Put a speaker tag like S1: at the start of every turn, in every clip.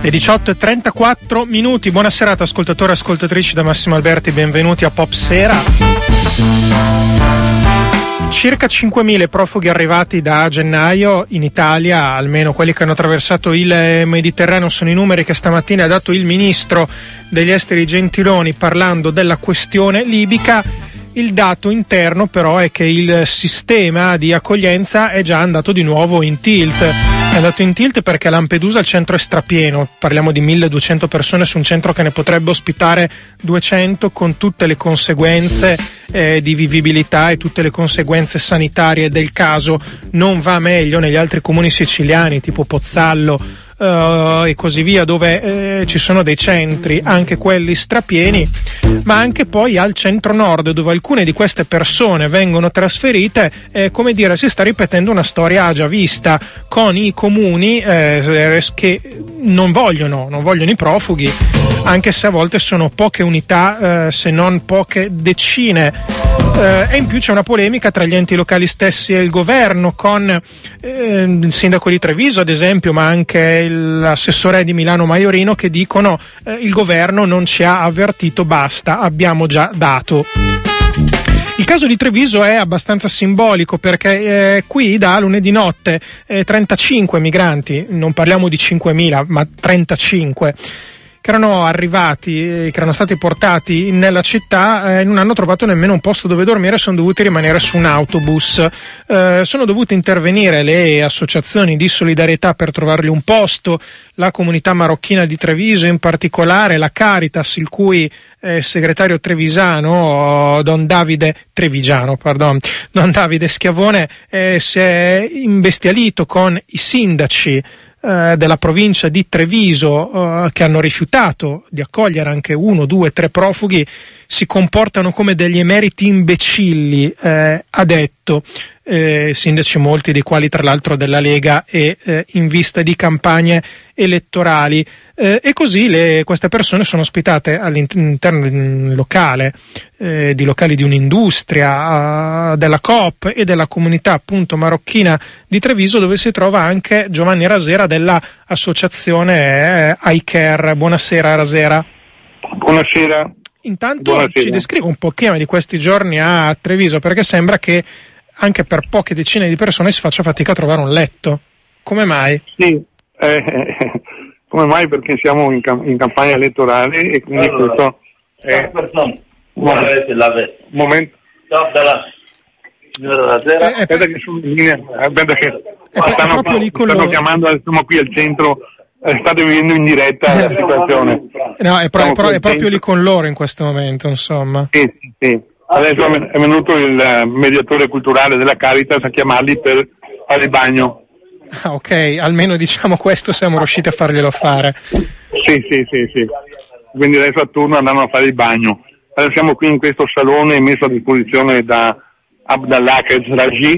S1: Le 18:34. Buona serata ascoltatori e ascoltatrici da Massimo Alberti, benvenuti a Pop Sera. Circa 5.000 profughi arrivati da gennaio in Italia, almeno quelli che hanno attraversato il Mediterraneo sono i numeri che stamattina ha dato il ministro degli esteri Gentiloni parlando della questione libica. Il dato interno però è che il sistema di accoglienza è già andato di nuovo in tilt. È andato in tilt perché a Lampedusa il centro è strapieno, parliamo di 1.200 persone su un centro che ne potrebbe ospitare 200, con tutte le conseguenze di vivibilità e tutte le conseguenze sanitarie del caso. Non va meglio negli altri comuni siciliani tipo Pozzallo e così via, dove ci sono dei centri, anche quelli strapieni, ma anche poi al centro-nord, dove alcune di queste persone vengono trasferite. Come dire, si sta ripetendo una storia già vista, con i comuni che non vogliono i profughi, anche se a volte sono poche unità, se non poche decine. E in più c'è una polemica tra gli enti locali stessi e il governo, con il sindaco di Treviso ad esempio, ma anche l'assessore di Milano Maiorino, che dicono il governo non ci ha avvertito, basta, abbiamo già dato. Il caso di Treviso è abbastanza simbolico perché qui da lunedì notte 35 migranti, non parliamo di 5.000 ma 35, che erano arrivati, che erano stati portati nella città, non hanno trovato nemmeno un posto dove dormire, sono dovuti rimanere su un autobus. Sono dovute intervenire le associazioni di solidarietà per trovargli un posto, la comunità marocchina di Treviso, in particolare la Caritas, il cui segretario trevisano, Don Davide Schiavone, si è imbestialito con i sindaci della provincia di Treviso, che hanno rifiutato di accogliere anche 1, 2, 3 profughi. Si comportano come degli emeriti imbecilli, ha detto, sindaci molti dei quali tra l'altro della Lega e in vista di campagne elettorali, e così queste persone sono ospitate all'interno locale, di locali di un'industria, della Coop e della comunità appunto marocchina di Treviso, dove si trova anche Giovanni Rasera della associazione iCare. Buonasera Rasera.
S2: Buonasera.
S1: Intanto
S2: Buonasera.
S1: Ci descrive un po' il clima di questi giorni a Treviso, perché sembra che anche per poche decine di persone si faccia fatica a trovare un letto. Come mai?
S2: Sì, come mai? Perché siamo in campagna elettorale e quindi questo è un momento. Aspetta che sono in linea, stanno chiamando, siamo qui al centro, state vivendo in diretta la situazione.
S1: No, è proprio lì con loro in questo momento, insomma.
S2: Sì. Adesso è venuto il mediatore culturale della Caritas a chiamarli per fare il bagno.
S1: Ah, ok, almeno diciamo questo siamo riusciti a farglielo fare.
S2: Sì. Quindi adesso a turno andranno a fare il bagno. Adesso siamo qui in questo salone messo a disposizione da Abdallah Ezraji,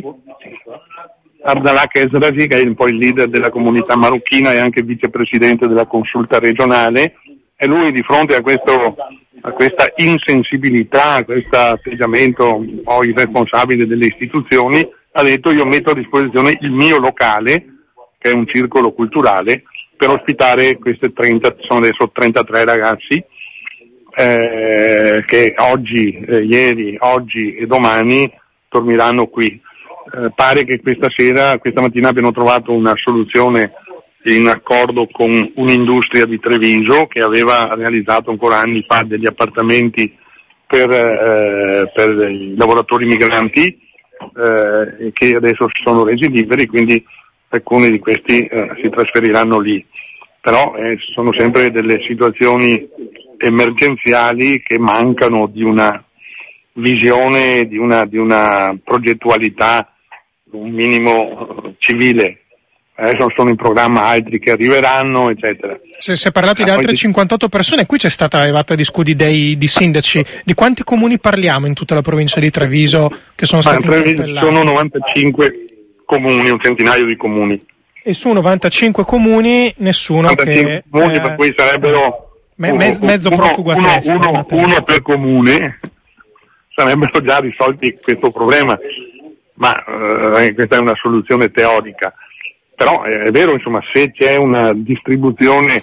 S2: che è un po' il leader della comunità marocchina e anche vicepresidente della consulta regionale, e lui di fronte a questa insensibilità, a questo atteggiamento un po' irresponsabile delle istituzioni, ha detto: io metto a disposizione il mio locale, che è un circolo culturale, per ospitare queste 30, sono adesso 33 ragazzi, che ieri, oggi e domani dormiranno qui. Pare che questa mattina abbiano trovato una soluzione in accordo con un'industria di Treviso che aveva realizzato ancora anni fa degli appartamenti per i lavoratori migranti, che adesso si sono resi liberi, quindi alcuni di questi si trasferiranno lì. Però sono sempre delle situazioni emergenziali che mancano di una visione, di una progettualità, un minimo civile. Adesso sono in programma altri che arriveranno, eccetera.
S1: Si è parlato di altre 58 persone, qui c'è stata levata di scudi di sindaci. Di quanti comuni parliamo in tutta la provincia di Treviso che sono stati interpellati?
S2: Sono 95 comuni, un centinaio di comuni.
S1: E su 95 comuni nessuno
S2: 95 comuni, per cui sarebbero
S1: mezzo profugo a testa.
S2: Uno per comune, sarebbero già risolti questo problema, ma questa è una soluzione teorica. Però è vero, insomma, se c'è una distribuzione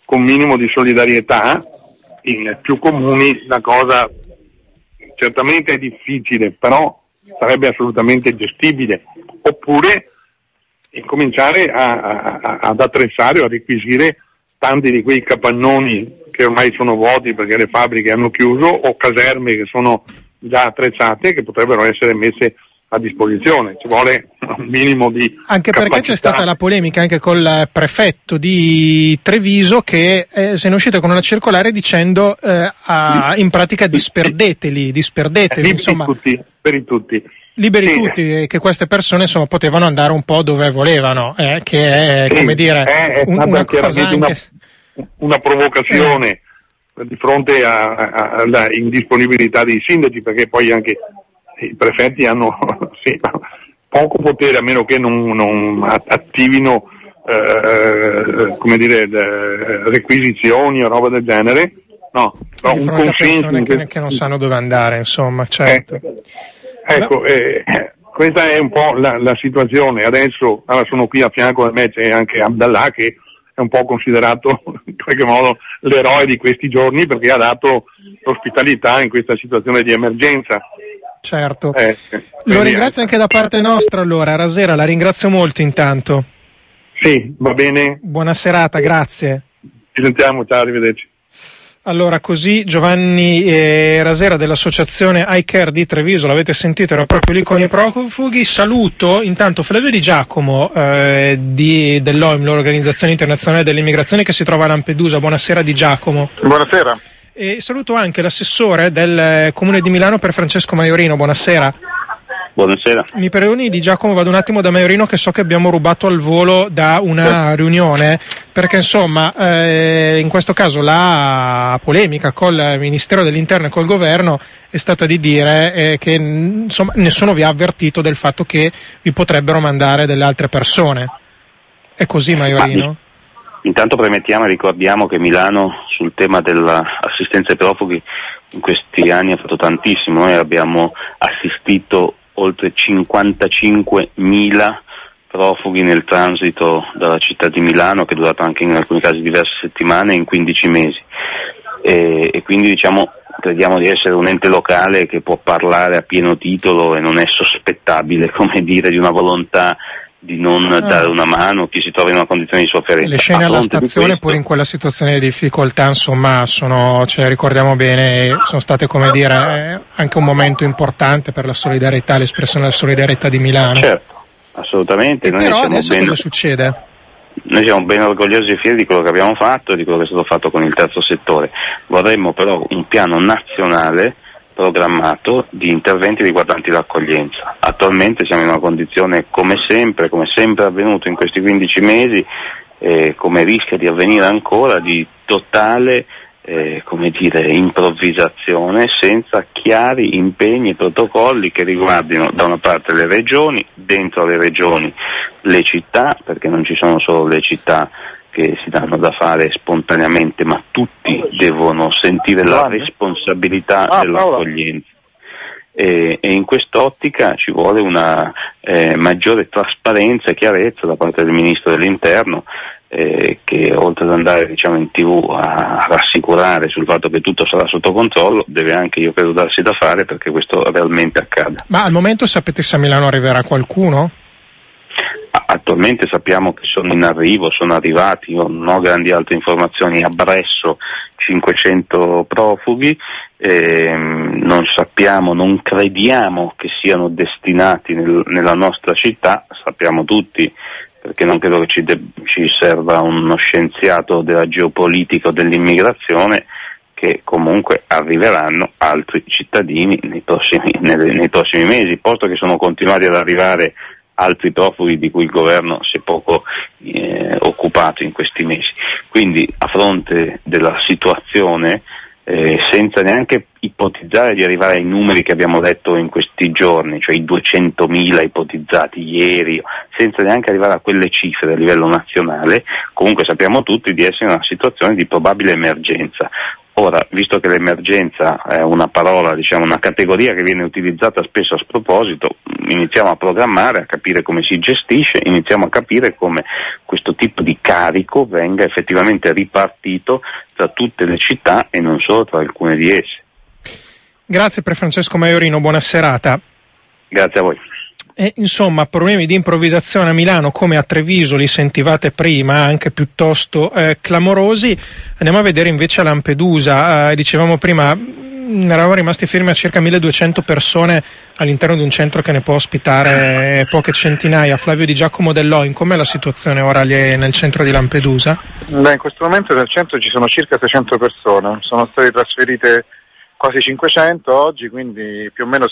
S2: con minimo di solidarietà in più comuni la cosa certamente è difficile, però sarebbe assolutamente gestibile. Oppure incominciare ad attrezzare o a requisire tanti di quei capannoni che ormai sono vuoti perché le fabbriche hanno chiuso, o caserme che sono già attrezzate, che potrebbero essere messe a disposizione. Ci vuole un minimo di
S1: anche
S2: capacità.
S1: Perché c'è stata la polemica anche col prefetto di Treviso che se ne è uscito con una circolare dicendo in pratica disperdeteli insomma,
S2: per tutti.
S1: Liberi tutti, che queste persone insomma potevano andare un po' dove volevano, che è come dire una cosa anche
S2: una provocazione di fronte alla indisponibilità dei sindaci, perché poi anche i prefetti hanno poco potere, a meno che non attivino requisizioni o roba del genere. No, però
S1: di
S2: un
S1: fronte
S2: consenso
S1: a persone che non sanno dove andare, insomma, certo.
S2: Ecco, questa è un po' la situazione. Adesso sono qui a fianco a me, c'è anche Abdallah, che è un po' considerato in qualche modo l'eroe di questi giorni, perché ha dato ospitalità in questa situazione di emergenza.
S1: Certo. Lo ringrazio anche da parte nostra, allora. Rasera, la ringrazio molto intanto.
S2: Sì, va bene.
S1: Buona serata, grazie.
S2: Ci sentiamo, ciao, arrivederci.
S1: Allora, così Giovanni Rasera dell'associazione iCare di Treviso, l'avete sentito, era proprio lì con i profughi. Saluto intanto Flavio Di Giacomo dell'OIM, l'Organizzazione Internazionale dell'Immigrazione, che si trova a Lampedusa. Buonasera Di Giacomo.
S3: Buonasera.
S1: E saluto anche l'assessore del Comune di Milano per Francesco Maiorino. Buonasera.
S3: Buonasera.
S1: Mi perdoni Di Giacomo, vado un attimo da Maiorino, che so che abbiamo rubato al volo da una riunione, perché insomma in questo caso la polemica col Ministero dell'Interno e col Governo è stata di dire che insomma nessuno vi ha avvertito del fatto che vi potrebbero mandare delle altre persone. È così, Maiorino?
S3: Intanto premettiamo e ricordiamo che Milano sul tema dell'assistenza ai profughi in questi anni ha fatto tantissimo. Noi abbiamo assistito oltre 55.000 profughi nel transito dalla città di Milano, che è durato anche in alcuni casi diverse settimane, in 15 mesi. E quindi crediamo di essere un ente locale che può parlare a pieno titolo e non è sospettabile, come dire, di una volontà di non dare una mano a chi si trova in una condizione di sofferenza.
S1: Le scene alla stazione, pur in quella situazione di difficoltà, insomma, ricordiamo bene, sono state, come dire, anche un momento importante per la solidarietà, l'espressione della solidarietà di Milano.
S3: Certo, assolutamente.
S1: Però adesso cosa succede?
S3: Noi siamo ben orgogliosi e fieri di quello che abbiamo fatto e di quello che è stato fatto con il terzo settore. Vorremmo però un piano nazionale programmato di interventi riguardanti l'accoglienza. Attualmente siamo in una condizione, come sempre è avvenuto in questi 15 mesi, come rischia di avvenire ancora, di totale improvvisazione, senza chiari impegni e protocolli che riguardino da una parte le regioni, dentro le regioni le città, perché non ci sono solo le città che si danno da fare spontaneamente, ma tutti devono sentire la responsabilità dell'accoglienza. E in quest'ottica ci vuole una maggiore trasparenza e chiarezza da parte del Ministro dell'Interno, che oltre ad andare in TV a rassicurare sul fatto che tutto sarà sotto controllo, deve anche, io credo, darsi da fare perché questo realmente accada.
S1: Ma al momento sapete se a Milano arriverà qualcuno?
S3: Attualmente sappiamo che sono in arrivo, sono arrivati, io non ho grandi altre informazioni, a Bresso 500 profughi, non sappiamo, non crediamo che siano destinati nella nostra città, sappiamo tutti, perché non credo che ci serva uno scienziato della geopolitica o dell'immigrazione, che comunque arriveranno altri cittadini nei prossimi mesi, posto che sono continuati ad arrivare altri profughi di cui il governo si è poco occupato in questi mesi. Quindi a fronte della situazione, senza neanche ipotizzare di arrivare ai numeri che abbiamo letto in questi giorni, cioè i 200.000 ipotizzati ieri, senza neanche arrivare a quelle cifre a livello nazionale, comunque sappiamo tutti di essere in una situazione di probabile emergenza. Ora, visto che l'emergenza è una parola, diciamo, una categoria che viene utilizzata spesso a sproposito, iniziamo a programmare, a capire come si gestisce, iniziamo a capire come questo tipo di carico venga effettivamente ripartito tra tutte le città e non solo tra alcune di esse.
S1: Grazie per Francesco Maiorino, buona serata.
S3: Grazie a voi.
S1: Insomma, problemi di improvvisazione a Milano come a Treviso li sentivate prima, anche piuttosto clamorosi. Andiamo a vedere invece a Lampedusa. Dicevamo prima, eravamo rimasti fermi a circa 1200 persone all'interno di un centro che ne può ospitare poche centinaia. Flavio Di Giacomo dell'OIM, com'è la situazione ora nel centro di Lampedusa?
S4: Beh, in questo momento nel centro ci sono circa 600 persone, sono state trasferite quasi 500 oggi, quindi più o meno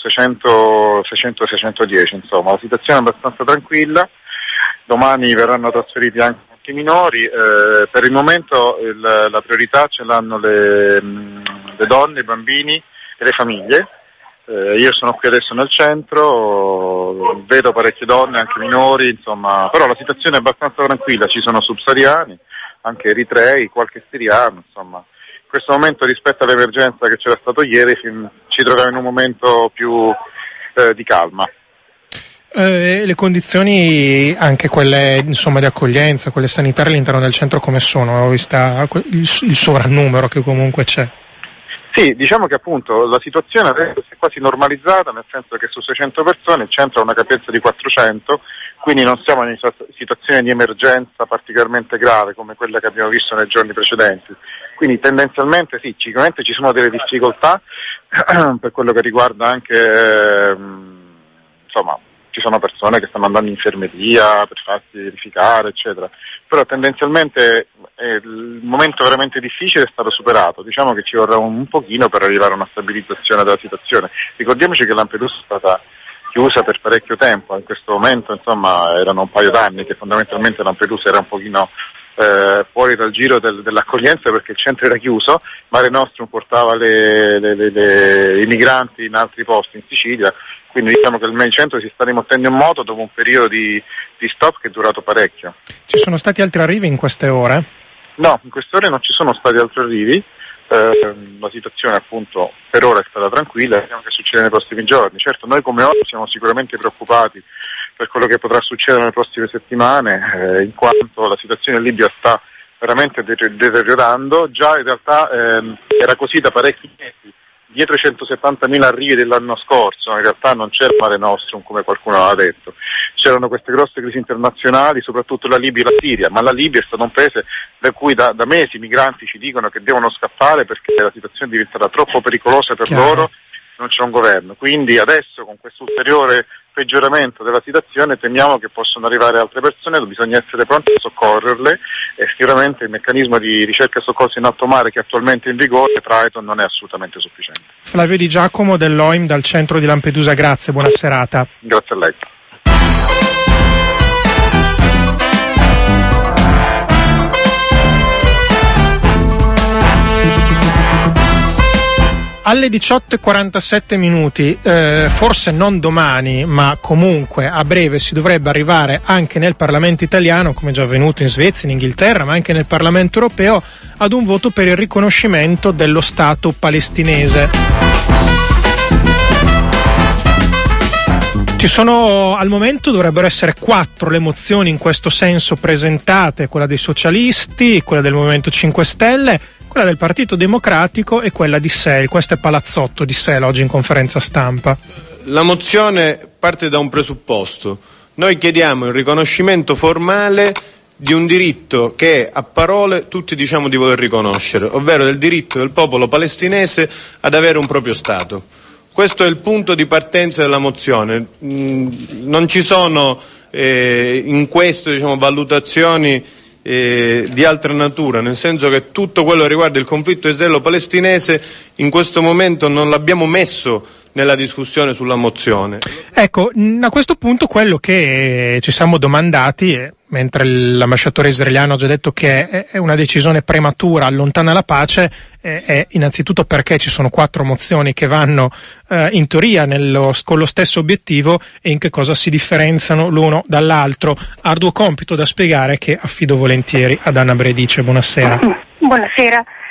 S4: 600-610, insomma, la situazione è abbastanza tranquilla. Domani verranno trasferiti anche molti minori, per il momento la priorità ce l'hanno le donne, i bambini e le famiglie. Io sono qui adesso nel centro, vedo parecchie donne, anche minori, insomma, però la situazione è abbastanza tranquilla, ci sono subsahariani, anche eritrei, qualche siriano, insomma. In questo momento rispetto all'emergenza che c'era stato ieri ci troviamo in un momento più di calma.
S1: Le condizioni, anche quelle insomma di accoglienza, quelle sanitarie all'interno del centro come sono, vista il sovrannumero che comunque c'è?
S4: Sì, diciamo che appunto la situazione adesso è quasi normalizzata, nel senso che su 600 persone il centro ha una capienza di 400, quindi non siamo in una situazione di emergenza particolarmente grave come quella che abbiamo visto nei giorni precedenti. Quindi tendenzialmente sì, sicuramente ci sono delle difficoltà per quello che riguarda anche, insomma, ci sono persone che stanno andando in infermeria per farsi verificare, eccetera. Però tendenzialmente il momento veramente difficile è stato superato, diciamo che ci vorrà un pochino per arrivare a una stabilizzazione della situazione. Ricordiamoci che Lampedusa è stata chiusa per parecchio tempo, in questo momento insomma erano un paio d'anni che fondamentalmente Lampedusa era un pochino fuori dal giro dell'accoglienza perché il centro era chiuso, Mare Nostrum portava i migranti in altri posti in Sicilia, quindi diciamo che il centro si sta rimettendo in moto dopo un periodo di stop che è durato parecchio.
S1: Ci sono stati altri arrivi in queste ore?
S4: No, in queste ore non ci sono stati altri arrivi, la situazione appunto per ora è stata tranquilla, vediamo che succede nei prossimi giorni. Certo, noi come ONU siamo sicuramente preoccupati per quello che potrà succedere nelle prossime settimane, in quanto la situazione in Libia sta veramente deteriorando. Già in realtà era così da parecchi mesi, dietro i 170.000 arrivi dell'anno scorso, in realtà non c'era Mare Nostrum come qualcuno aveva detto, c'erano queste grosse crisi internazionali, soprattutto la Libia e la Siria, ma la Libia è stato un paese da cui da mesi i migranti ci dicono che devono scappare perché la situazione è diventata troppo pericolosa per loro, non c'è un governo. Quindi adesso con questo ulteriore peggioramento della situazione temiamo che possono arrivare altre persone, bisogna essere pronti a soccorrerle e sicuramente il meccanismo di ricerca e soccorso in alto mare che attualmente è in vigore Triton non è assolutamente sufficiente.
S1: Flavio Di Giacomo dell'OIM dal centro di Lampedusa, grazie, buona serata.
S4: Grazie a lei.
S1: Alle 18:47, forse non domani, ma comunque a breve si dovrebbe arrivare anche nel Parlamento italiano, come già avvenuto in Svezia, in Inghilterra, ma anche nel Parlamento europeo, ad un voto per il riconoscimento dello Stato palestinese. Ci sono, al momento dovrebbero essere 4 le mozioni in questo senso presentate, quella dei socialisti, quella del Movimento 5 Stelle, quella del Partito Democratico e quella di SEL. Questo è Palazzotto di SEL oggi in conferenza stampa.
S5: La mozione parte da un presupposto. Noi chiediamo il riconoscimento formale di un diritto che a parole tutti diciamo di voler riconoscere, ovvero del diritto del popolo palestinese ad avere un proprio Stato. Questo è il punto di partenza della mozione. Non ci sono in questo valutazioni di altra natura, nel senso che tutto quello che riguarda il conflitto israelo-palestinese in questo momento non l'abbiamo messo nella discussione sulla mozione.
S1: Ecco, a questo punto quello che ci siamo domandati, mentre l'ambasciatore israeliano ha già detto che è una decisione prematura, allontana la pace, è innanzitutto perché ci sono 4 mozioni che vanno in teoria con lo stesso obiettivo e in che cosa si differenziano l'uno dall'altro. Arduo compito da spiegare che affido volentieri ad Anna Bredice. Buonasera.
S6: Buonasera.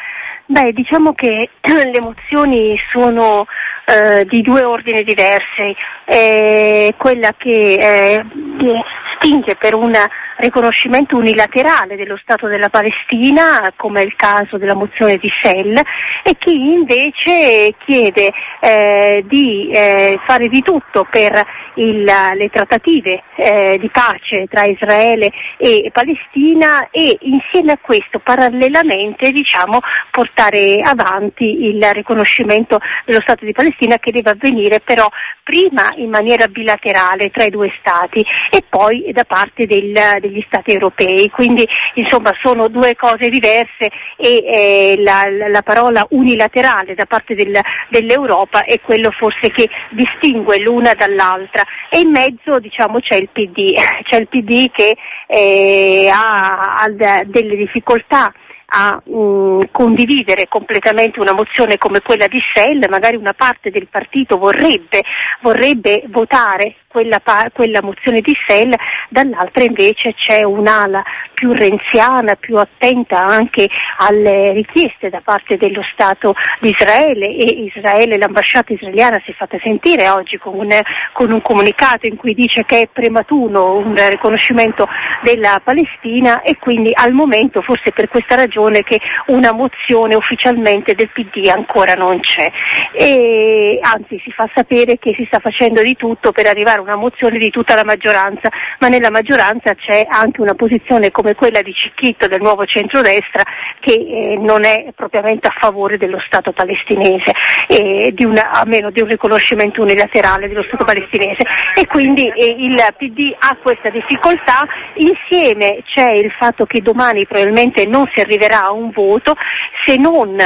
S6: Beh, diciamo che le mozioni sono di due ordini diversi. Quella che spinge per un riconoscimento unilaterale dello Stato della Palestina, come è il caso della mozione di Shell, e chi invece chiede di fare di tutto per le trattative di pace tra Israele e Palestina, e insieme a questo parallelamente portare avanti il riconoscimento dello Stato di Palestina, che deve avvenire però prima in maniera bilaterale tra i due Stati e poi da parte degli Stati europei. Quindi insomma sono due cose diverse, e la parola unilaterale da parte dell'Europa è quello forse che distingue l'una dall'altra, e in mezzo c'è il PD che ha delle difficoltà a condividere completamente una mozione come quella di Shell. Magari una parte del partito vorrebbe votare quella mozione di Shell, dall'altra invece c'è un'ala più renziana, più attenta anche alle richieste da parte dello Stato di Israele, e l'ambasciata israeliana si è fatta sentire oggi con un comunicato in cui dice che è prematuro un riconoscimento della Palestina, e quindi al momento forse per questa ragione che una mozione ufficialmente del PD ancora non c'è, e anzi si fa sapere che si sta facendo di tutto per arrivare a una mozione di tutta la maggioranza, ma nella maggioranza c'è anche una posizione come quella di Cicchitto del Nuovo Centrodestra che non è propriamente a favore dello Stato palestinese, almeno di un riconoscimento unilaterale dello Stato palestinese, e quindi il PD ha questa difficoltà. Insieme c'è il fatto che domani probabilmente non si arriverà a un voto, se non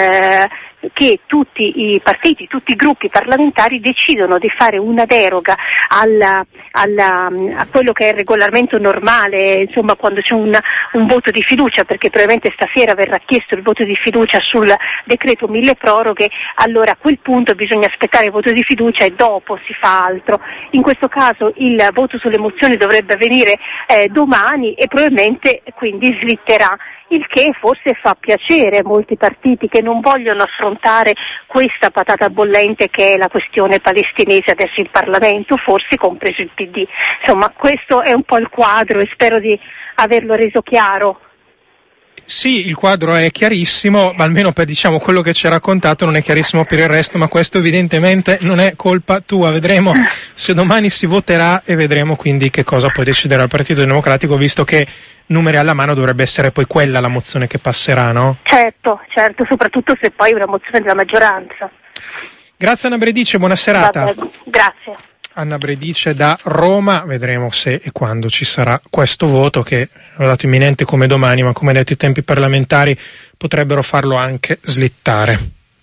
S6: che tutti i partiti, tutti i gruppi parlamentari decidono di fare una deroga a quello che è il regolamento normale, insomma quando c'è un voto di fiducia, perché probabilmente stasera verrà chiesto il voto di fiducia sul decreto mille proroghe. Allora a quel punto bisogna aspettare il voto di fiducia e dopo si fa altro. In questo caso il voto sulle mozioni dovrebbe avvenire domani, e probabilmente quindi slitterà, il che forse fa piacere a molti partiti che non vogliono affrontare questa patata bollente che è la questione palestinese adesso in Parlamento, forse compreso il PD. Insomma, questo è un po' il quadro e spero di averlo reso chiaro.
S1: Sì, il quadro è chiarissimo, ma almeno per quello che ci ha raccontato non è chiarissimo per il resto, ma questo evidentemente non è colpa tua. Vedremo se domani si voterà e vedremo quindi che cosa poi deciderà il Partito Democratico, visto che numeri alla mano dovrebbe essere poi quella la mozione che passerà, no? Certo,
S6: soprattutto se poi è una mozione della maggioranza.
S1: Grazie Anna Bredice, buona serata.
S6: Vabbè, grazie.
S1: Anna Bredice da Roma, vedremo se e quando ci sarà questo voto, che è un dato imminente come domani, ma come detto i tempi parlamentari potrebbero farlo anche slittare.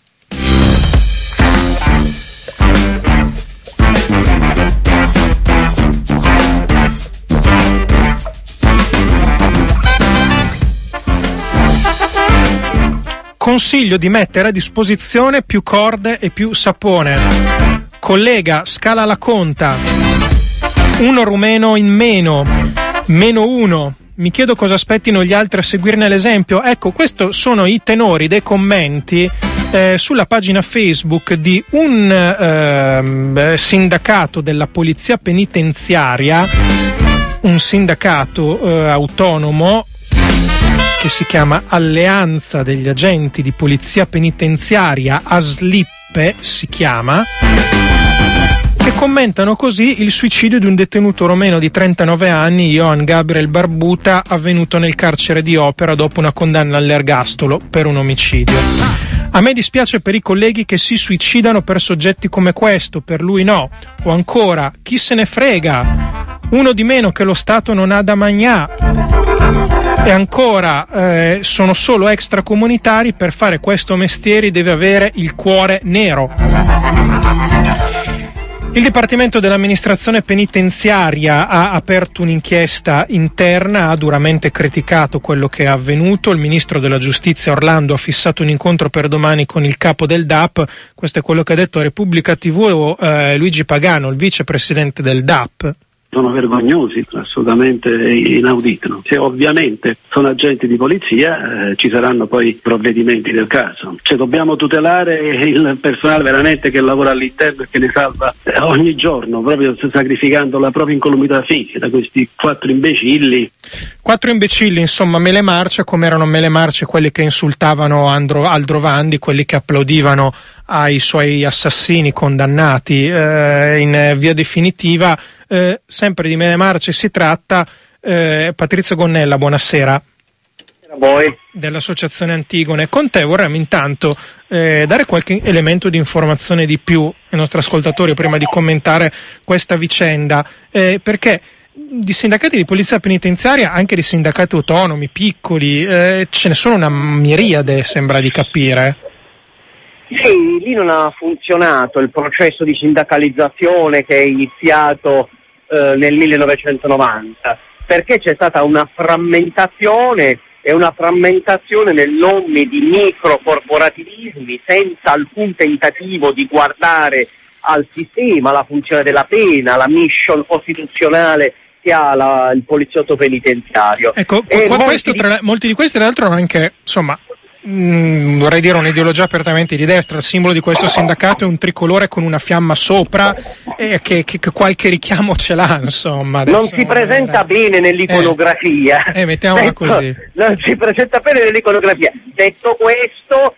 S1: Consiglio di mettere a disposizione più corde e più sapone. Collega, scala la conta. 1 rumeno in meno. -1. Mi chiedo cosa aspettino gli altri a seguirne l'esempio. Ecco, questi sono i tenori dei commenti sulla pagina Facebook di un sindacato della polizia penitenziaria, un sindacato autonomo che si chiama Alleanza degli Agenti di Polizia Penitenziaria, ASLIP si chiama, che commentano così il suicidio di un detenuto romeno di 39 anni, Johann Gabriel Barbuta, avvenuto nel carcere di Opera dopo una condanna all'ergastolo per un omicidio. A me dispiace per i colleghi che si suicidano per soggetti come questo, per lui no. O ancora, chi se ne frega? Uno di meno che lo Stato non ha da magnà. E ancora, sono solo extracomunitari, per fare questo mestiere deve avere il cuore nero. Il Dipartimento dell'Amministrazione Penitenziaria ha aperto un'inchiesta interna, ha duramente criticato quello che è avvenuto. Il Ministro della Giustizia Orlando ha fissato un incontro per domani con il capo del DAP. Questo è quello che ha detto a Repubblica TV Luigi Pagano, il vicepresidente del DAP.
S7: sono vergognosi, assolutamente inauditi. Se ovviamente sono agenti di polizia ci saranno poi provvedimenti del caso. Cioè, dobbiamo tutelare il personale veramente che lavora all'interno e che ne salva ogni giorno, proprio sacrificando la propria incolumità fisica da questi 4 imbecilli.
S1: 4 imbecilli, insomma, mele marce, come erano mele marce quelli che insultavano Aldrovandi, quelli che applaudivano ai suoi assassini condannati in via definitiva. Sempre di mele marce si tratta. Patrizio Gonnella, buonasera.
S8: A voi.
S1: Dell'Associazione Antigone. Con te vorremmo intanto dare qualche elemento di informazione di più ai nostri ascoltatori prima di commentare questa vicenda, perché di sindacati di polizia penitenziaria, anche di sindacati autonomi, piccoli, ce ne sono una miriade, sembra di capire.
S8: Sì, lì non ha funzionato il processo di sindacalizzazione che è iniziato nel 1990, perché c'è stata una frammentazione nel nome di microcorporativismi senza alcun tentativo di guardare al sistema, alla funzione della pena, alla mission costituzionale che ha il poliziotto penitenziario.
S1: Ecco, molti di questi tra l'altro hanno anche, insomma, vorrei dire un'ideologia apertamente di destra. Il simbolo di questo sindacato è un tricolore con una fiamma sopra, che qualche richiamo ce l'ha, insomma. Adesso,
S8: non si presenta bene nell'iconografia.
S1: Mettiamola così.
S8: Non si presenta bene nell'iconografia. Detto questo,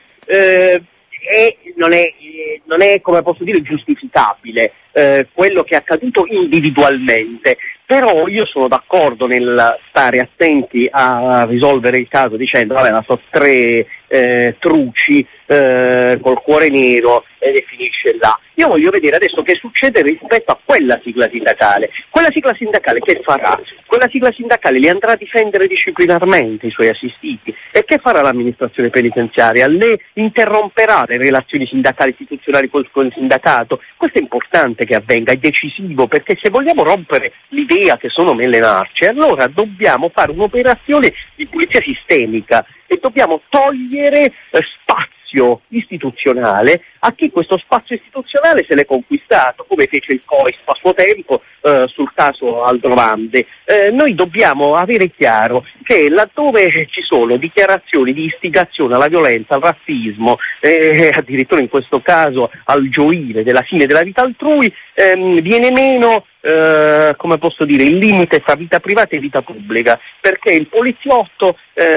S8: non è, come posso dire, giustificabile quello che è accaduto individualmente. Però io sono d'accordo nel stare attenti a risolvere il caso dicendo vabbè, sono 3 truci col cuore nero e finisce là. Io voglio vedere adesso che succede rispetto a quella sigla sindacale. Quella sigla sindacale che farà? Quella sigla sindacale li andrà a difendere disciplinarmente i suoi assistiti. E che farà l'amministrazione penitenziaria? Le interromperà le relazioni sindacali istituzionali col sindacato? Questo è importante che avvenga, è decisivo, perché se vogliamo rompere l'idea che sono mele marce, allora dobbiamo fare un'operazione di pulizia sistemica e dobbiamo togliere spazio istituzionale a chi questo spazio istituzionale se l'è conquistato, come fece il COISP a suo tempo sul caso Aldrovandi. Noi dobbiamo avere chiaro che laddove ci sono dichiarazioni di istigazione alla violenza, al razzismo, addirittura in questo caso al gioire della fine della vita altrui, viene meno come posso dire, il limite tra vita privata e vita pubblica, perché il poliziotto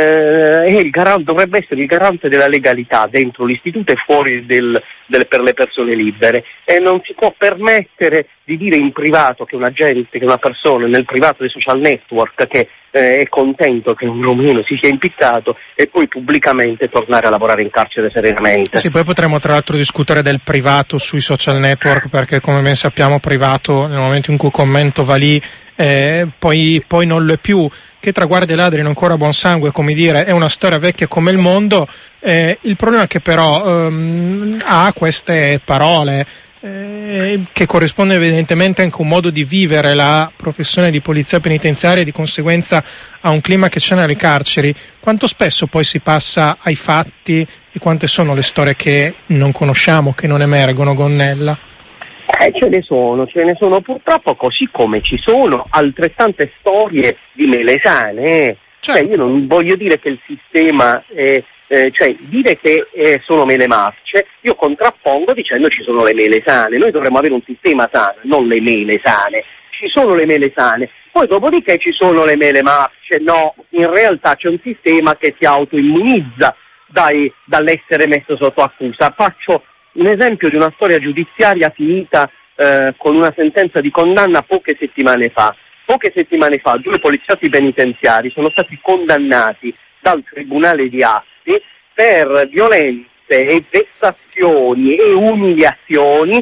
S8: dovrebbe essere il garante della legalità dentro l'istituto e fuori per le persone libere, e non si può permettere di dire in privato che una persona nel privato dei social network che è contento che un romeno si sia impiccato e poi pubblicamente tornare a lavorare in carcere serenamente.
S1: Sì, poi potremo tra l'altro discutere del privato sui social network, perché come ben sappiamo privato nel momento in cui commento va lì poi non lo è più. Che traguardi e ladri non ancora buon sangue, come dire, è una storia vecchia come il mondo. Il problema è che però ha queste parole che corrisponde evidentemente anche a un modo di vivere la professione di polizia penitenziaria e di conseguenza a un clima che c'è nelle carceri. Quanto spesso poi si passa ai fatti e quante sono le storie che non conosciamo, che non emergono, Gonnella?
S8: Ce ne sono purtroppo, così come ci sono altrettante storie di mele sane. Cioè, io non voglio dire che il sistema dire che sono mele marce, io contrappongo dicendo ci sono le mele sane. Noi dovremmo avere un sistema sano, non le mele sane. Ci sono le mele sane, poi dopodiché ci sono le mele marce. No, in realtà c'è un sistema che si autoimmunizza dall'essere messo sotto accusa. Faccio un esempio di una storia giudiziaria finita con una sentenza di condanna poche settimane fa. Poche settimane fa 2 poliziotti penitenziari sono stati condannati dal Tribunale di Asti per violenze e vessazioni e umiliazioni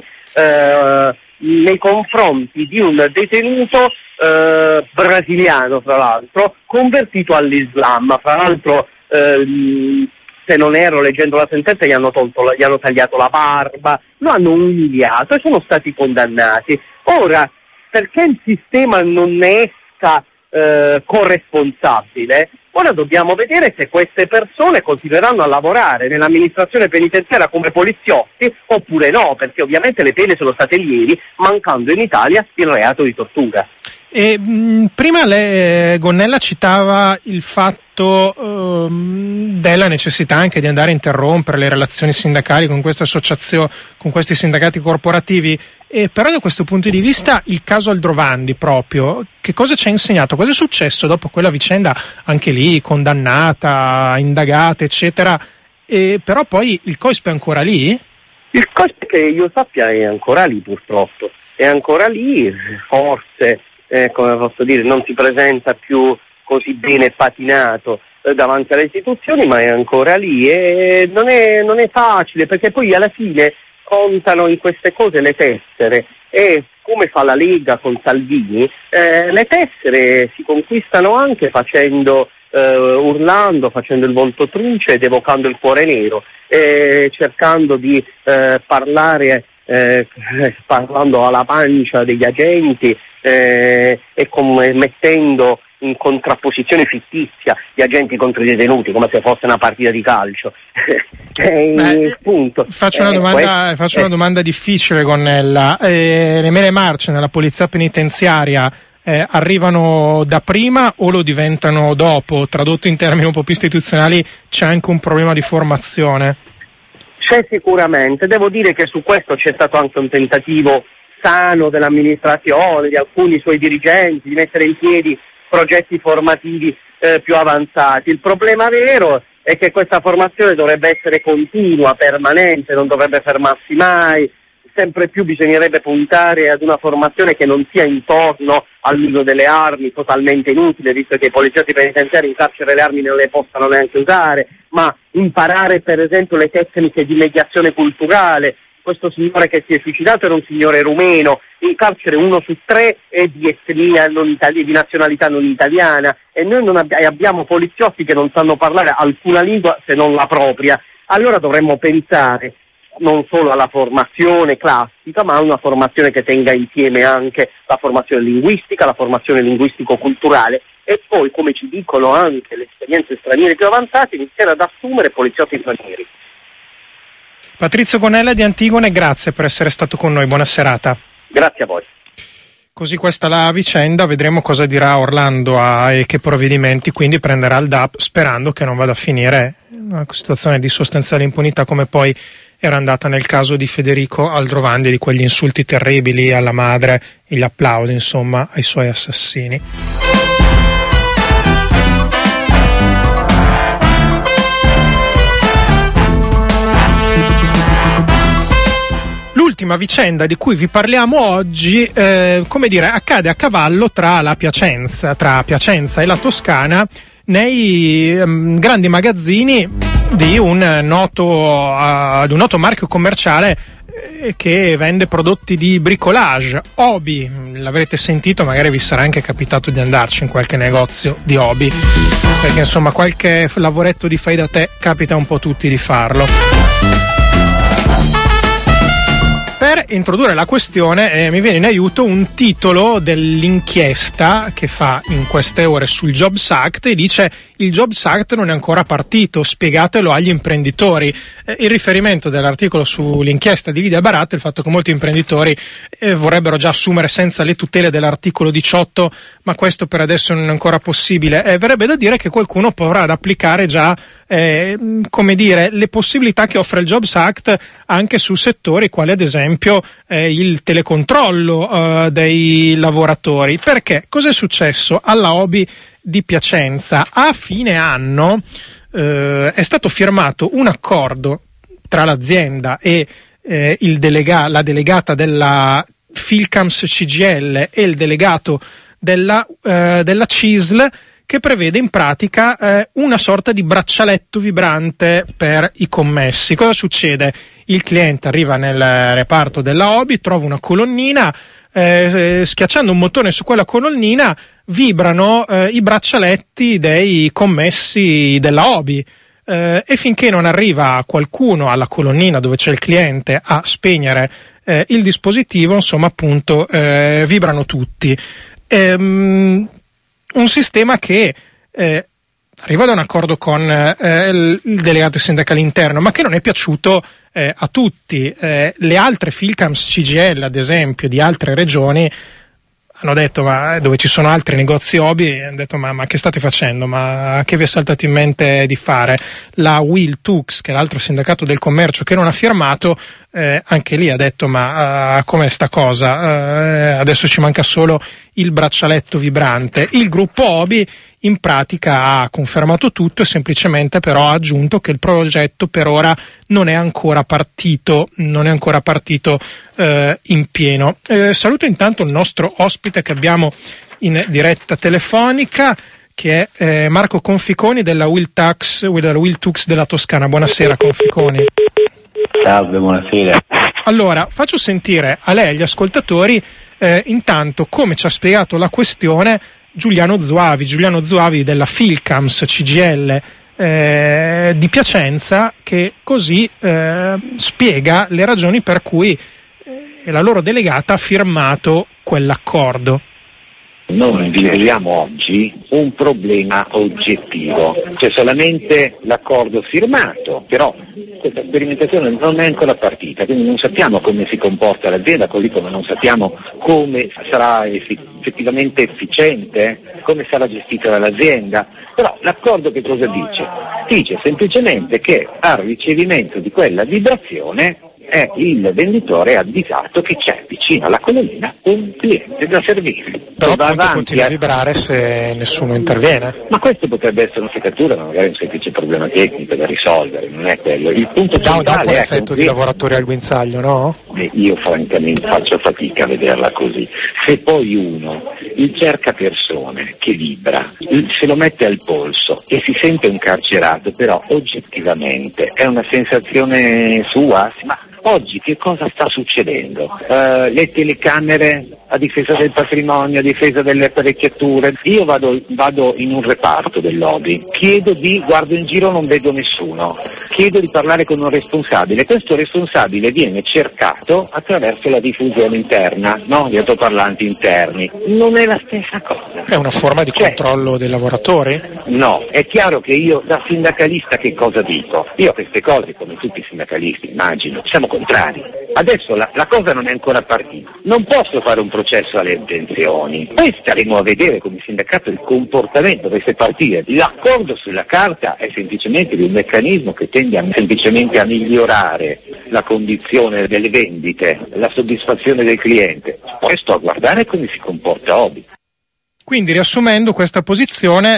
S8: nei confronti di un detenuto brasiliano, fra l'altro, convertito all'Islam. Fra l'altro, se non ero leggendo la sentenza, gli hanno tagliato la barba, lo hanno umiliato e sono stati condannati. Ora, perché il sistema non ne esca corresponsabile, ora dobbiamo vedere se queste persone continueranno a lavorare nell'amministrazione penitenziaria come poliziotti oppure no, perché ovviamente le pene sono state lievi, mancando in Italia il reato di tortura.
S1: E prima Gonnella citava il fatto della necessità anche di andare a interrompere le relazioni sindacali con queste associazioni, con questi sindacati corporativi, però da questo punto di vista il caso Aldrovandi proprio, che cosa ci ha insegnato? Cosa è successo dopo quella vicenda, anche lì condannata, indagata eccetera, però poi il COISP è ancora lì?
S8: Il COISP, che io sappia, è ancora lì purtroppo, è ancora lì, forse come posso dire, non si presenta più così bene patinato davanti alle istituzioni, ma è ancora lì e non è facile, perché poi alla fine contano in queste cose le tessere, e come fa la Lega con Salvini, le tessere si conquistano anche facendo urlando, facendo il volto truce ed evocando il cuore nero, cercando di parlare parlando alla pancia degli agenti e mettendo in contrapposizione fittizia gli agenti contro i detenuti come se fosse una partita di calcio. Punto.
S1: Faccio una domanda difficile, Gonnella. Le mele marce nella polizia penitenziaria arrivano da prima o lo diventano dopo? Tradotto in termini un po' più istituzionali, c'è anche un problema di formazione?
S8: C'è sicuramente, devo dire che su questo c'è stato anche un tentativo sano dell'amministrazione, di alcuni suoi dirigenti, di mettere in piedi progetti formativi più avanzati. Il problema vero è che questa formazione dovrebbe essere continua, permanente, non dovrebbe fermarsi mai. Sempre più bisognerebbe puntare ad una formazione che non sia intorno all'uso delle armi, totalmente inutile, visto che i poliziotti penitenziari in carcere le armi non le possano neanche usare, ma imparare per esempio le tecniche di mediazione culturale. Questo signore che si è suicidato era un signore rumeno, in carcere 1 su 3 è di etnia di nazionalità non italiana, e noi abbiamo poliziotti che non sanno parlare alcuna lingua se non la propria. Allora dovremmo pensare non solo alla formazione classica, ma a una formazione che tenga insieme anche la formazione linguistica, la formazione linguistico-culturale, e poi, come ci dicono anche le esperienze straniere più avanzate, iniziare ad assumere poliziotti stranieri.
S1: Patrizio Gonnella di Antigone, grazie per essere stato con noi, buona serata.
S8: Grazie a voi.
S1: Così questa la vicenda, vedremo cosa dirà Orlando e che provvedimenti quindi prenderà il DAP, sperando che non vada a finire una situazione di sostanziale impunità come poi era andata nel caso di Federico Aldrovandi, di quegli insulti terribili alla madre e gli applausi insomma ai suoi assassini. L'ultima vicenda di cui vi parliamo oggi, accade a cavallo tra Piacenza e la Toscana, nei grandi magazzini di un noto marchio commerciale che vende prodotti di bricolage, Obi. L'avrete sentito, magari vi sarà anche capitato di andarci in qualche negozio di Obi, perché insomma qualche lavoretto di fai da te capita un po' tutti di farlo. Per introdurre la questione mi viene in aiuto un titolo dell'inchiesta che fa in queste ore sul Jobs Act e dice: il Jobs Act non è ancora partito, spiegatelo agli imprenditori. Il riferimento dell'articolo sull'inchiesta di Lidia Barat è il fatto che molti imprenditori vorrebbero già assumere senza le tutele dell'articolo 18, ma questo per adesso non è ancora possibile. Verrebbe da dire che qualcuno potrà ad applicare già le possibilità che offre il Jobs Act anche su settori quali ad esempio il telecontrollo dei lavoratori. Perché? Cos'è successo alla Obi di Piacenza? A fine anno è stato firmato un accordo tra l'azienda e la delegata della Filcams CGIL e il delegato della CISL, che prevede in pratica una sorta di braccialetto vibrante per i commessi. Cosa succede? Il cliente arriva nel reparto della Obi, trova una colonnina, schiacciando un bottone su quella colonnina vibrano i braccialetti dei commessi della Obi, e finché non arriva qualcuno alla colonnina dove c'è il cliente a spegnere il dispositivo, insomma appunto vibrano tutti. Un sistema che arriva da un accordo con il delegato sindacale interno, ma che non è piaciuto a tutti. Le altre Filcams CGIL, ad esempio, di altre regioni hanno detto ma dove ci sono altri negozi Obi, hanno detto ma che state facendo, ma che vi è saltato in mente di fare? La Wiltux, che è l'altro sindacato del commercio che non ha firmato, anche lì ha detto ma com'è sta cosa, adesso ci manca solo il braccialetto vibrante. Il gruppo Obi in pratica ha confermato tutto e semplicemente però ha aggiunto che il progetto per ora non è ancora partito in pieno. Saluto intanto il nostro ospite che abbiamo in diretta telefonica, che è Marco Conficoni della Wiltux della Toscana. Buonasera Conficoni.
S9: Salve, buonasera.
S1: Allora, faccio sentire a lei e agli ascoltatori intanto come ci ha spiegato la questione Giuliano Zuavi della Filcams CGIL di Piacenza, che così spiega le ragioni per cui la loro delegata ha firmato quell'accordo.
S9: Noi rileviamo oggi un problema oggettivo, c'è solamente l'accordo firmato, però questa sperimentazione non è ancora partita, quindi non sappiamo come si comporta l'azienda, così come non sappiamo come sarà effettivamente efficiente, come sarà gestita dall'azienda. Però l'accordo che cosa dice? Dice semplicemente che al ricevimento di quella vibrazione il venditore ha avvisato che c'è vicino alla colonnina un cliente da servire.
S1: Però appunto continua a vibrare se nessuno interviene.
S9: Ma questo potrebbe essere una seccatura, ma magari un semplice problema tecnico da risolvere, non è quello. Il punto centrale
S1: dà un po' l'effetto di lavoratori al guinzaglio, no?
S9: Io francamente faccio fatica a vederla così. Se poi uno, il cerca persone che vibra, se lo mette al polso e si sente un carcerato, però oggettivamente è una sensazione sua, ma oggi che cosa sta succedendo? Le telecamere a difesa del patrimonio, a difesa delle apparecchiature. Io vado in un reparto del lobby, guardo in giro, non vedo nessuno, chiedo di parlare con un responsabile. Questo responsabile viene cercato attraverso la diffusione interna, no? Gli altoparlanti interni. Non è la stessa cosa.
S1: È una forma di controllo dei lavoratori?
S9: No, è chiaro che io da sindacalista che cosa dico? Io a queste cose, come tutti i sindacalisti, immagino, siamo contrari. Adesso la cosa non è ancora partita. Non posso fare un processo alle intenzioni. Poi staremo a vedere come il sindacato il comportamento dovesse partire. L'accordo sulla carta è semplicemente di un meccanismo che tende semplicemente a migliorare la condizione delle vendite, la soddisfazione del cliente. Poi sto a guardare come si comporta Obi.
S1: Quindi, riassumendo questa posizione,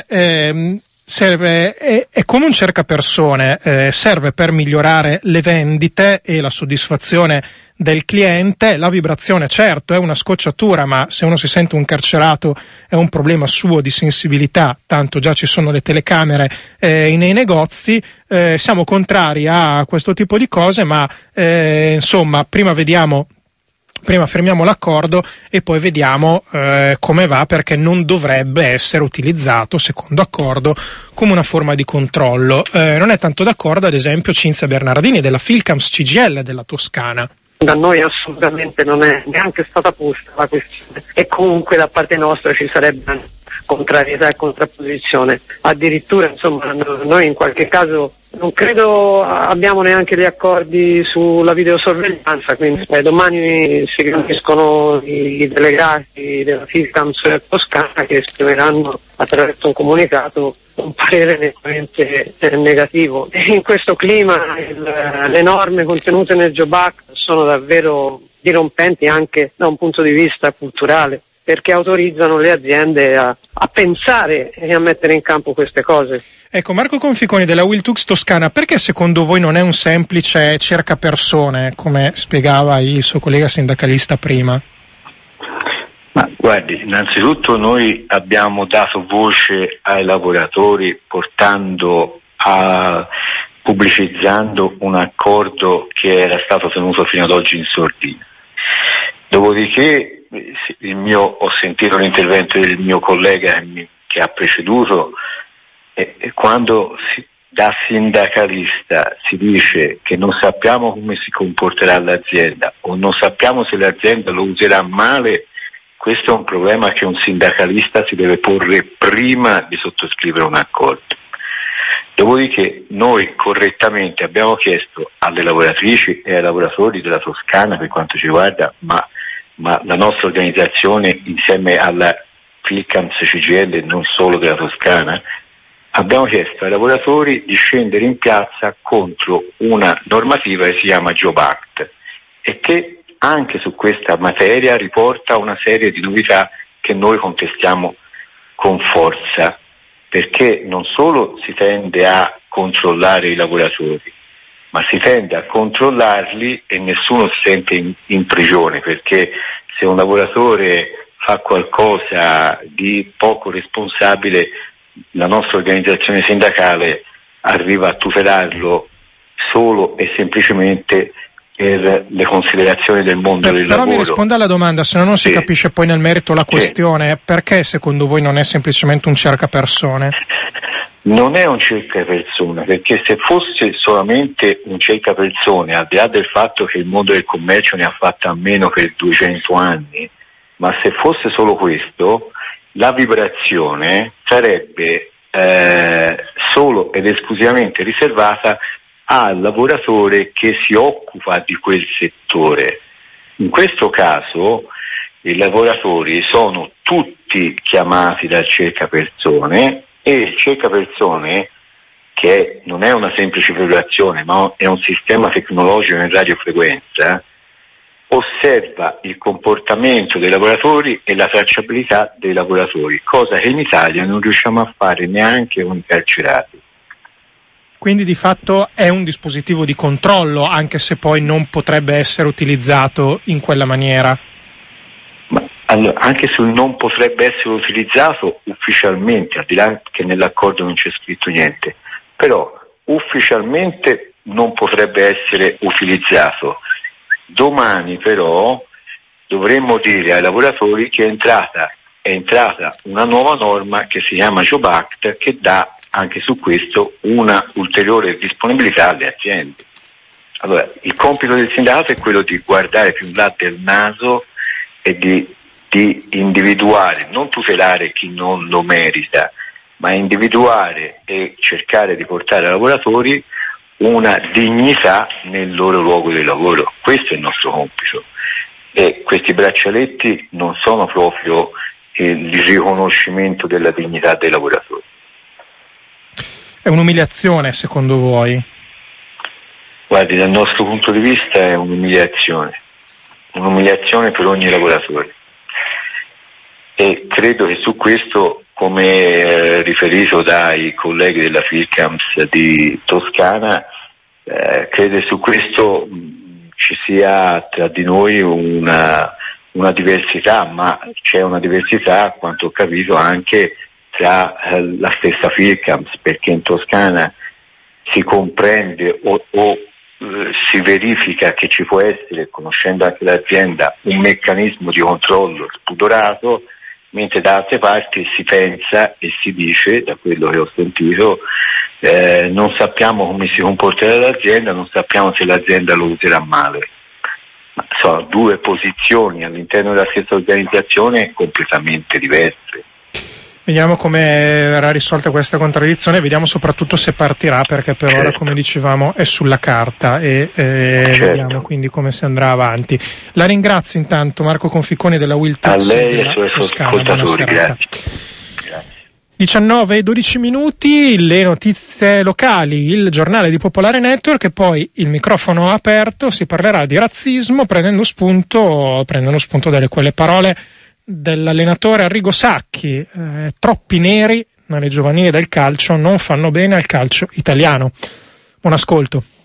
S1: è come un cercapersone, serve per migliorare le vendite e la soddisfazione del cliente. La vibrazione certo è una scocciatura, ma se uno si sente un carcerato è un problema suo di sensibilità, tanto già ci sono le telecamere nei negozi. Siamo contrari a questo tipo di cose, ma insomma prima fermiamo l'accordo e poi vediamo come va, perché non dovrebbe essere utilizzato, secondo accordo, come una forma di controllo. Non è tanto d'accordo, ad esempio, Cinzia Bernardini della Filcams CGIL della Toscana.
S10: Da noi assolutamente non è neanche stata posta la questione e comunque da parte nostra ci sarebbe contrarietà e contrapposizione. Addirittura, insomma, noi in qualche caso non credo abbiamo neanche gli accordi sulla videosorveglianza, quindi domani si riuniscono i delegati della Filcams Toscana che esprimeranno attraverso un comunicato un parere nettamente negativo. E in questo clima le norme contenute nel Job Act sono davvero dirompenti anche da un punto di vista culturale, perché autorizzano le aziende a pensare e a mettere in campo queste cose.
S1: Ecco, Marco Conficoni della Wiltux Toscana, perché secondo voi non è un semplice cercapersone, come spiegava il suo collega sindacalista prima?
S11: Ma guardi, innanzitutto noi abbiamo dato voce ai lavoratori pubblicizzando un accordo che era stato tenuto fino ad oggi in sordina. Dopodiché ho sentito l'intervento del mio collega che ha preceduto, e quando da sindacalista si dice che non sappiamo come si comporterà l'azienda o non sappiamo se l'azienda lo userà male, questo è un problema che un sindacalista si deve porre prima di sottoscrivere un accordo. Dopodiché noi correttamente abbiamo chiesto alle lavoratrici e ai lavoratori della Toscana, per quanto ci riguarda, ma ma la nostra organizzazione insieme alla FILCAMS CGIL, non solo della Toscana, abbiamo chiesto ai lavoratori di scendere in piazza contro una normativa che si chiama Job Act e che anche su questa materia riporta una serie di novità che noi contestiamo con forza, perché non solo si tende a controllare i lavoratori, ma si tende a controllarli e nessuno si sente in prigione, perché se un lavoratore fa qualcosa di poco responsabile, la nostra organizzazione sindacale arriva a tutelarlo solo e semplicemente per le considerazioni del mondo del lavoro.
S1: Però mi risponda alla domanda, se no non si capisce poi nel merito la questione. Perché secondo voi non è semplicemente un cercapersone?
S11: Non è un cercapersone, perché se fosse solamente un cercapersone, al di là del fatto che il mondo del commercio ne ha fatta a meno per 200 anni, ma se fosse solo questo, la vibrazione sarebbe solo ed esclusivamente riservata al lavoratore che si occupa di quel settore. In questo caso i lavoratori sono tutti chiamati dal cercapersone e il cercapersone, che non è una semplice vibrazione ma è un sistema tecnologico in radiofrequenza, osserva il comportamento dei lavoratori e la tracciabilità dei lavoratori, cosa che in Italia non riusciamo a fare neanche con i carcerati.
S1: Quindi di fatto è un dispositivo di controllo, anche se poi non potrebbe essere utilizzato in quella maniera.
S11: Allora, anche se non potrebbe essere utilizzato ufficialmente, al di là che nell'accordo non c'è scritto niente, però ufficialmente non potrebbe essere utilizzato. Domani però dovremmo dire ai lavoratori che è entrata una nuova norma che si chiama Job Act, che dà anche su questo una ulteriore disponibilità alle aziende. Allora, il compito del sindacato è quello di guardare più in là del naso e di individuare, non tutelare chi non lo merita, ma individuare e cercare di portare ai lavoratori una dignità nel loro luogo di lavoro. Questo è il nostro compito e questi braccialetti non sono proprio il riconoscimento della dignità dei lavoratori.
S1: È un'umiliazione secondo voi?
S11: Guardi, dal nostro punto di vista è un'umiliazione per ogni lavoratore e credo che su questo, come riferito dai colleghi della FILCAMS di Toscana, credo che su questo ci sia tra di noi una diversità, ma c'è una diversità, a quanto ho capito, anche tra la stessa FILCAMS, perché in Toscana si comprende o si verifica che ci può essere, conoscendo anche l'azienda, un meccanismo di controllo spudorato, mentre da altre parti si pensa e si dice, da quello che ho sentito, non sappiamo come si comporterà l'azienda, non sappiamo se l'azienda lo userà male. Ma sono due posizioni all'interno della stessa organizzazione completamente diverse.
S1: Vediamo come verrà risolta questa contraddizione, vediamo soprattutto se partirà, perché per ora, come dicevamo, è sulla carta e vediamo quindi come si andrà avanti. La ringrazio intanto, Marco Conficconi della Wiltux.
S11: A lei e ai suoi ascoltatori, grazie.
S1: 19:12 minuti, le notizie locali, il giornale di Popolare Network e poi il microfono aperto, si parlerà di razzismo prendendo spunto dalle quelle parole dell'allenatore Arrigo Sacchi, troppi neri nelle giovanili del calcio non fanno bene al calcio italiano. Buon ascolto.